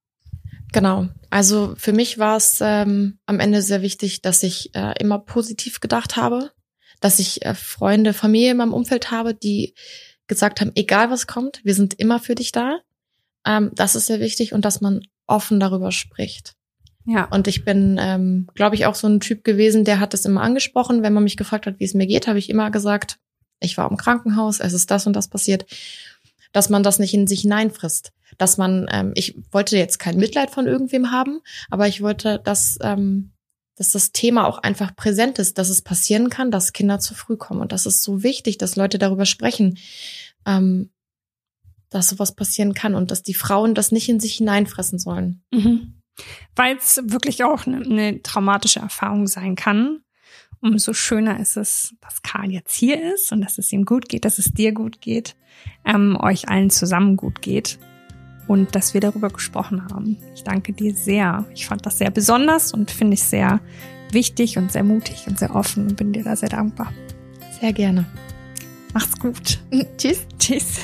Genau. Also für mich war es ähm, am Ende sehr wichtig, dass ich äh, immer positiv gedacht habe, dass ich äh, Freunde, Familie in meinem Umfeld habe, die gesagt haben, egal was kommt, wir sind immer für dich da. Ähm, das ist sehr wichtig und dass man offen darüber spricht. Ja. Und ich bin, ähm, glaube ich, auch so ein Typ gewesen, der hat das immer angesprochen. Wenn man mich gefragt hat, wie es mir geht, habe ich immer gesagt, ich war im Krankenhaus, es ist das und das passiert. Dass man das nicht in sich hineinfrisst. Dass man, ähm, ich wollte jetzt kein Mitleid von irgendwem haben, aber ich wollte, dass, ähm, dass das Thema auch einfach präsent ist, dass es passieren kann, dass Kinder zu früh kommen. Und das ist so wichtig, dass Leute darüber sprechen, ähm, dass sowas passieren kann und dass die Frauen das nicht in sich hineinfressen sollen. Mhm. Weil es wirklich auch eine, eine traumatische Erfahrung sein kann. Umso schöner ist es, dass Karl jetzt hier ist und dass es ihm gut geht, dass es dir gut geht, ähm, euch allen zusammen gut geht und dass wir darüber gesprochen haben. Ich danke dir sehr. Ich fand das sehr besonders und finde ich sehr wichtig und sehr mutig und sehr offen und bin dir da sehr dankbar. Sehr gerne. Macht's gut. Tschüss. Tschüss.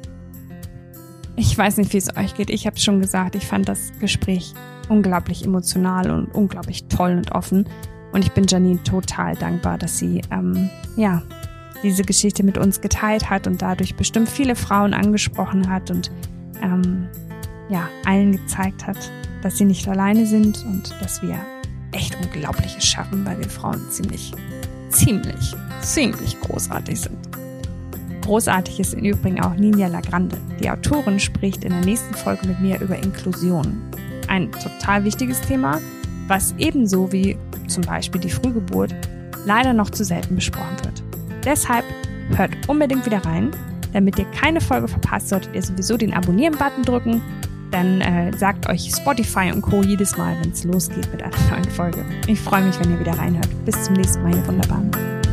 Ich weiß nicht, wie es euch geht. Ich habe schon gesagt, ich fand das Gespräch unglaublich emotional und unglaublich toll und offen. Und ich bin Janine total dankbar, dass sie ähm, ja diese Geschichte mit uns geteilt hat und dadurch bestimmt viele Frauen angesprochen hat und ähm, ja allen gezeigt hat, dass sie nicht alleine sind und dass wir echt Unglaubliches schaffen, weil wir Frauen ziemlich, ziemlich, ziemlich großartig sind. Großartig ist im Übrigen auch Ninja Lagrande. Die Autorin spricht in der nächsten Folge mit mir über Inklusion. Ein total wichtiges Thema, was ebenso wie zum Beispiel die Frühgeburt leider noch zu selten besprochen wird. Deshalb hört unbedingt wieder rein. Damit ihr keine Folge verpasst, solltet ihr sowieso den Abonnieren-Button drücken. Dann äh, sagt euch Spotify und Co. jedes Mal, wenn es losgeht mit einer neuen Folge. Ich freue mich, wenn ihr wieder reinhört. Bis zum nächsten Mal, ihr Wunderbaren.